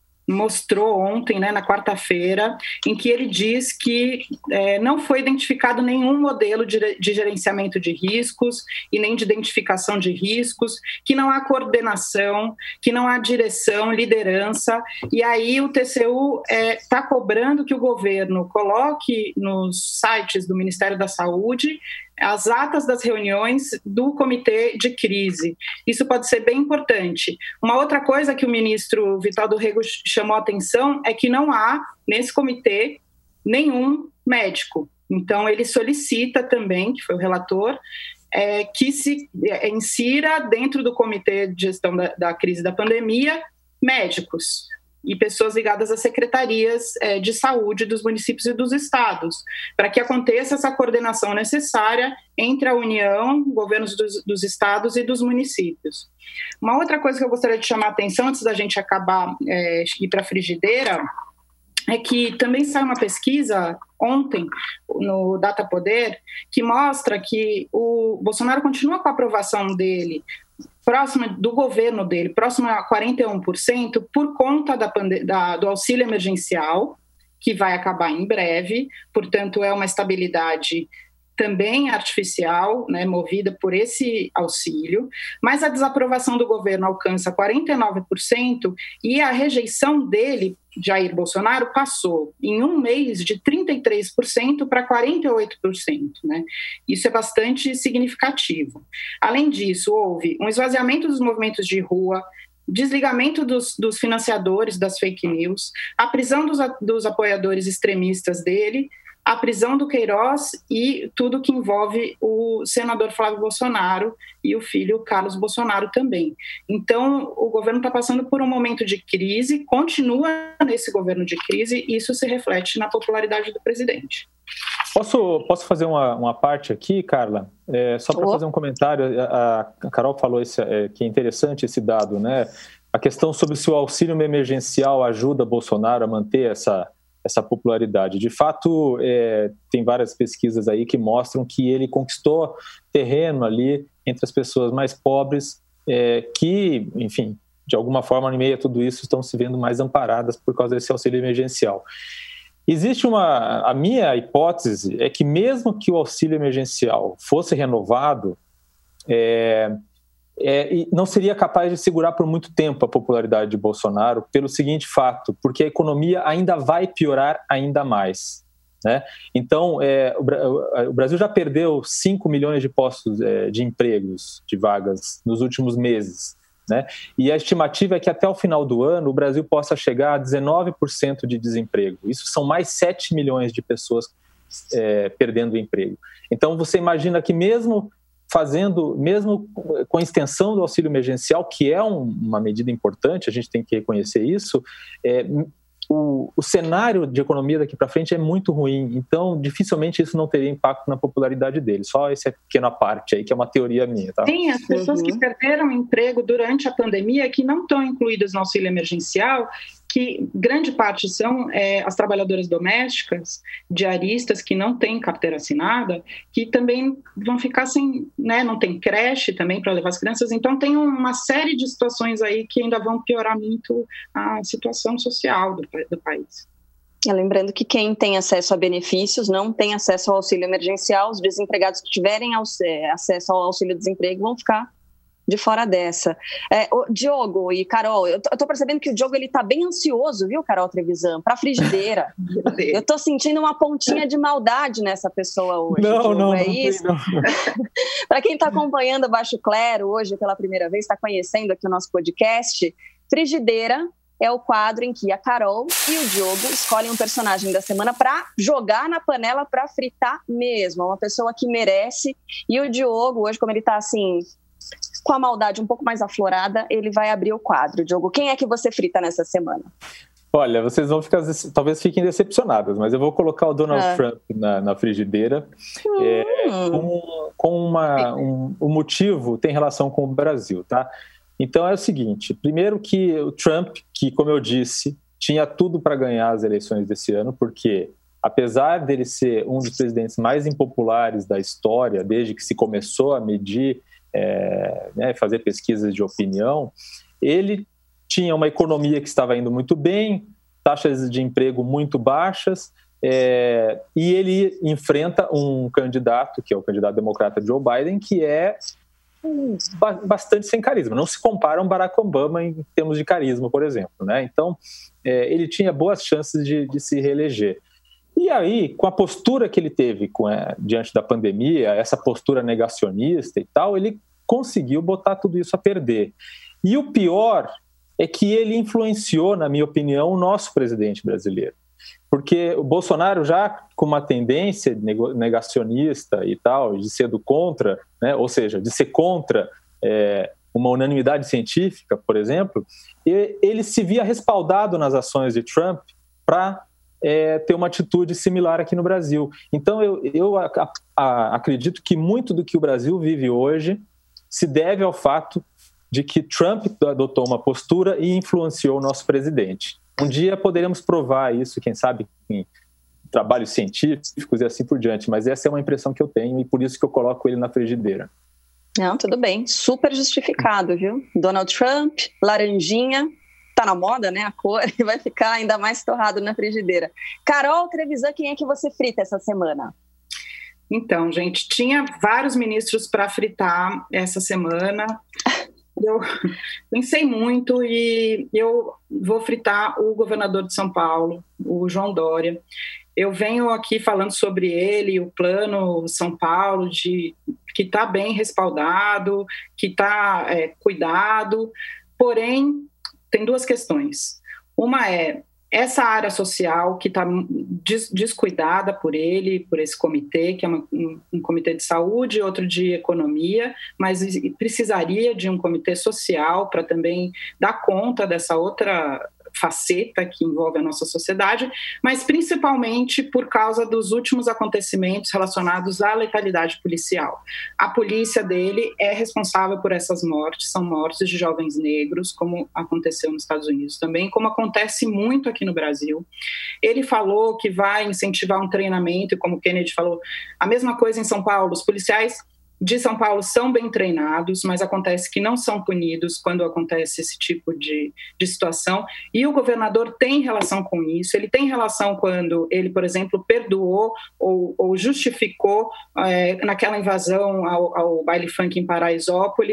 mostrou ontem, né, na quarta-feira, em que ele diz que é, não foi identificado nenhum modelo de, de gerenciamento de riscos e nem de identificação de riscos, que não há coordenação, que não há direção, liderança, e aí o T C U está é, cobrando que o governo coloque nos sites do Ministério da Saúde as atas das reuniões do comitê de crise. Isso pode ser bem importante. Uma outra coisa que o ministro Vital Rego chamou a atenção é que não há, nesse comitê, nenhum médico. Então, ele solicita também, que foi o relator, é, que se é, insira dentro do comitê de gestão da, da crise da pandemia médicos e pessoas ligadas às secretarias eh, de saúde dos municípios e dos estados, para que aconteça essa coordenação necessária entre a União, governos dos, dos estados e dos municípios. Uma outra coisa que eu gostaria de chamar a atenção, antes da gente acabar eh, ir para a frigideira, é que também saiu uma pesquisa ontem no Data Poder que mostra que o Bolsonaro continua com a aprovação dele próxima do governo dele, próximo a quarenta e um por cento, por conta da, da, do auxílio emergencial, que vai acabar em breve, portanto é uma estabilidade também artificial, né, movida por esse auxílio, mas a desaprovação do governo alcança quarenta e nove por cento e a rejeição dele, Jair Bolsonaro, passou em um mês de trinta e três por cento para quarenta e oito por cento. Né? Isso é bastante significativo. Além disso, houve um esvaziamento dos movimentos de rua, desligamento dos, dos financiadores das fake news, a prisão dos, dos apoiadores extremistas dele, a prisão do Queiroz e tudo que envolve o senador Flávio Bolsonaro e o filho Carlos Bolsonaro também. Então, o governo está passando por um momento de crise, continua nesse governo de crise e isso se reflete na popularidade do presidente. Posso, posso fazer uma, uma parte aqui, Carla? É, só para fazer um comentário, a, a Carol falou esse, é, que é interessante esse dado, né? A questão sobre se o auxílio emergencial ajuda Bolsonaro a manter essa... essa popularidade. De fato, é, tem várias pesquisas aí que mostram que ele conquistou terreno ali entre as pessoas mais pobres, é, que, enfim, de alguma forma, em meio a tudo isso, estão se vendo mais amparadas por causa desse auxílio emergencial. Existe uma... A minha hipótese é que mesmo que o auxílio emergencial fosse renovado, é, É, não seria capaz de segurar por muito tempo a popularidade de Bolsonaro pelo seguinte fato, porque a economia ainda vai piorar ainda mais. né? Então, é, o, o Brasil já perdeu cinco milhões de postos é, de empregos, de vagas, nos últimos meses, né? E a estimativa é que até o final do ano o Brasil possa chegar a dezenove por cento de desemprego. Isso são mais sete milhões de pessoas é, perdendo o emprego. Então, você imagina que mesmo fazendo, mesmo com a extensão do auxílio emergencial, que é um, uma medida importante, a gente tem que reconhecer isso, é, o, o cenário de economia daqui para frente é muito ruim, então dificilmente isso não teria impacto na popularidade dele. Só essa pequena parte aí, que é uma teoria minha. Tá? Sim, as pessoas uhum. que perderam emprego durante a pandemia, que não estão incluídas no auxílio emergencial, que grande parte são é, as trabalhadoras domésticas, diaristas que não têm carteira assinada, que também vão ficar sem, né, não tem creche também para levar as crianças, então tem uma série de situações aí que ainda vão piorar muito a situação social do, do país. Lembrando que quem tem acesso a benefícios não tem acesso ao auxílio emergencial, os desempregados que tiverem acesso ao auxílio-desemprego vão ficar de fora dessa. É, o Diogo e Carol, eu tô percebendo que o Diogo ele tá bem ansioso, viu, Carol Trevisan, para frigideira. Eu tô sentindo uma pontinha de maldade nessa pessoa hoje. Não, Diogo, não, é não isso? Para quem tá acompanhando o Baixo Clero hoje pela primeira vez, está conhecendo aqui o nosso podcast, Frigideira é o quadro em que a Carol e o Diogo escolhem um personagem da semana para jogar na panela para fritar mesmo, uma pessoa que merece. E o Diogo, hoje, como ele tá assim, com a maldade um pouco mais aflorada, ele vai abrir o quadro. Diogo, quem é que você frita nessa semana? Olha, vocês vão ficar, talvez fiquem decepcionadas, mas eu vou colocar o Donald ah. Trump na, na frigideira. Hum. É, com com uma, um, um motivo tem relação com o Brasil, tá? Então é o seguinte, primeiro que o Trump, que como eu disse, tinha tudo para ganhar as eleições desse ano, porque apesar dele ser um dos presidentes mais impopulares da história, desde que se começou a medir É, né, fazer pesquisas de opinião, ele tinha uma economia que estava indo muito bem, taxas de emprego muito baixas, é, e ele enfrenta um candidato, que é o candidato democrata Joe Biden, que é um, bastante sem carisma. Não se compara a um Barack Obama em termos de carisma, por exemplo, né? Então, é, ele tinha boas chances de, de se reeleger. E aí, com a postura que ele teve com, é, diante da pandemia, essa postura negacionista e tal, ele conseguiu botar tudo isso a perder. E o pior é que ele influenciou, na minha opinião, o nosso presidente brasileiro. Porque o Bolsonaro, já com uma tendência negacionista e tal, de ser do contra, né, ou seja, de ser contra é, uma unanimidade científica, por exemplo, ele se via respaldado nas ações de Trump para É, ter uma atitude similar aqui no Brasil. Então, eu, eu a, a, acredito que muito do que o Brasil vive hoje se deve ao fato de que Trump adotou uma postura e influenciou o nosso presidente. Um dia poderemos provar isso, quem sabe, em trabalhos científicos e assim por diante, mas essa é uma impressão que eu tenho e por isso que eu coloco ele na frigideira. Não, tudo bem. Super justificado, viu? Donald Trump, laranjinha, tá na moda, né, a cor, e vai ficar ainda mais torrado na frigideira. Carol Trevisan, quem é que você frita essa semana? Então, gente, tinha vários ministros para fritar essa semana. Eu pensei muito e eu vou fritar o governador de São Paulo, o João Dória. Eu venho aqui falando sobre ele, o plano São Paulo, de, que está bem respaldado, que está é, cuidado, porém, tem duas questões. Uma é essa área social que está des, descuidada por ele, por esse comitê, que é uma, um, um comitê de saúde, outro de economia, mas precisaria de um comitê social para também dar conta dessa outra faceta que envolve a nossa sociedade, mas principalmente por causa dos últimos acontecimentos relacionados à letalidade policial. A polícia dele é responsável por essas mortes, são mortes de jovens negros, como aconteceu nos Estados Unidos também, como acontece muito aqui no Brasil. Ele falou que vai incentivar um treinamento, e como o Kennedy falou, a mesma coisa em São Paulo, os policiais de São Paulo são bem treinados, mas acontece que não são punidos quando acontece esse tipo de, de situação. E o governador tem relação com isso. Ele tem relação quando ele, por exemplo, perdoou ou, ou justificou é, naquela invasão ao, ao baile funk em Paraisópolis,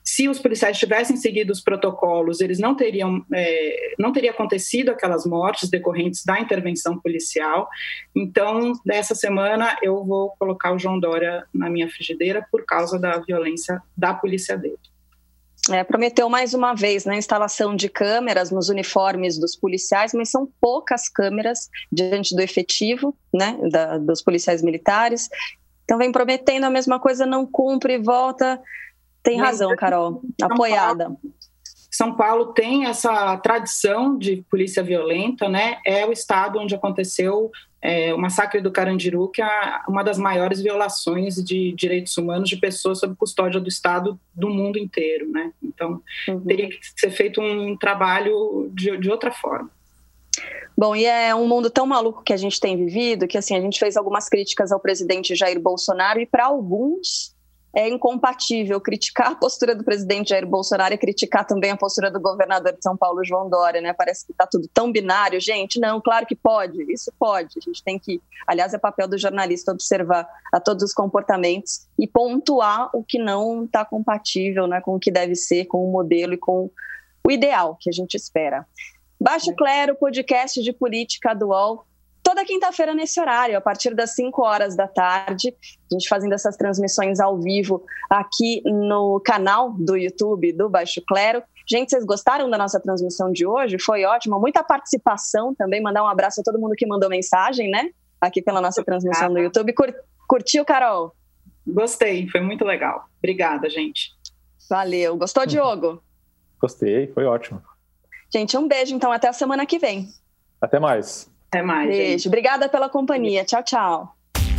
Se os policiais tivessem seguido os protocolos, eles não teriam, é, não teria acontecido aquelas mortes decorrentes da intervenção policial. Então, dessa semana, eu vou colocar o João Dória na minha frigideira por causa da violência da polícia dele. É, prometeu mais uma vez, né, instalação de câmeras nos uniformes dos policiais, mas são poucas câmeras diante do efetivo, né, da, dos policiais militares. Então vem prometendo a mesma coisa, não cumpre, volta. Tem razão, Carol, apoiada. São Paulo tem essa tradição de polícia violenta, né? É o estado onde aconteceu é, o massacre do Carandiru, que é uma das maiores violações de direitos humanos de pessoas sob custódia do Estado do mundo inteiro, né? Então, uhum. teria que ser feito um trabalho de, de outra forma. Bom, e é um mundo tão maluco que a gente tem vivido, que assim, a gente fez algumas críticas ao presidente Jair Bolsonaro, e para alguns é incompatível criticar a postura do presidente Jair Bolsonaro e criticar também a postura do governador de São Paulo, João Dória, né? Parece que está tudo tão binário. Gente, não, claro que pode, isso pode. A gente tem que, aliás, é papel do jornalista observar a todos os comportamentos e pontuar o que não está compatível, né, com o que deve ser, com o modelo e com o ideal que a gente espera. Baixo Clero, podcast de política do U O L, toda quinta-feira nesse horário, a partir das cinco horas da tarde, a gente fazendo essas transmissões ao vivo aqui no canal do YouTube do Baixo Clero. Gente, vocês gostaram da nossa transmissão de hoje? Foi ótima, muita participação também, mandar um abraço a todo mundo que mandou mensagem, né? Aqui pela nossa transmissão no YouTube. Cur- curtiu, Carol? Gostei, foi muito legal. Obrigada, gente. Valeu. Gostou, Diogo? Gostei, foi ótimo. Gente, um beijo, então, até a semana que vem. Até mais. Até mais. Beijo. Gente. Obrigada pela companhia. Tchau, tchau.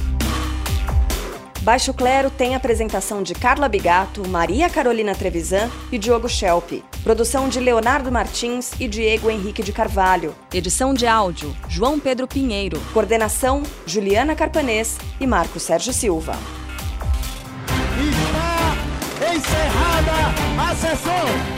Baixo Clero tem apresentação de Carla Bigato, Maria Carolina Trevisan e Diogo Schelp. Produção de Leonardo Martins e Diego Henrique de Carvalho. Edição de áudio, João Pedro Pinheiro. Coordenação, Juliana Carpanês e Marco Sérgio Silva. Está encerrada a sessão.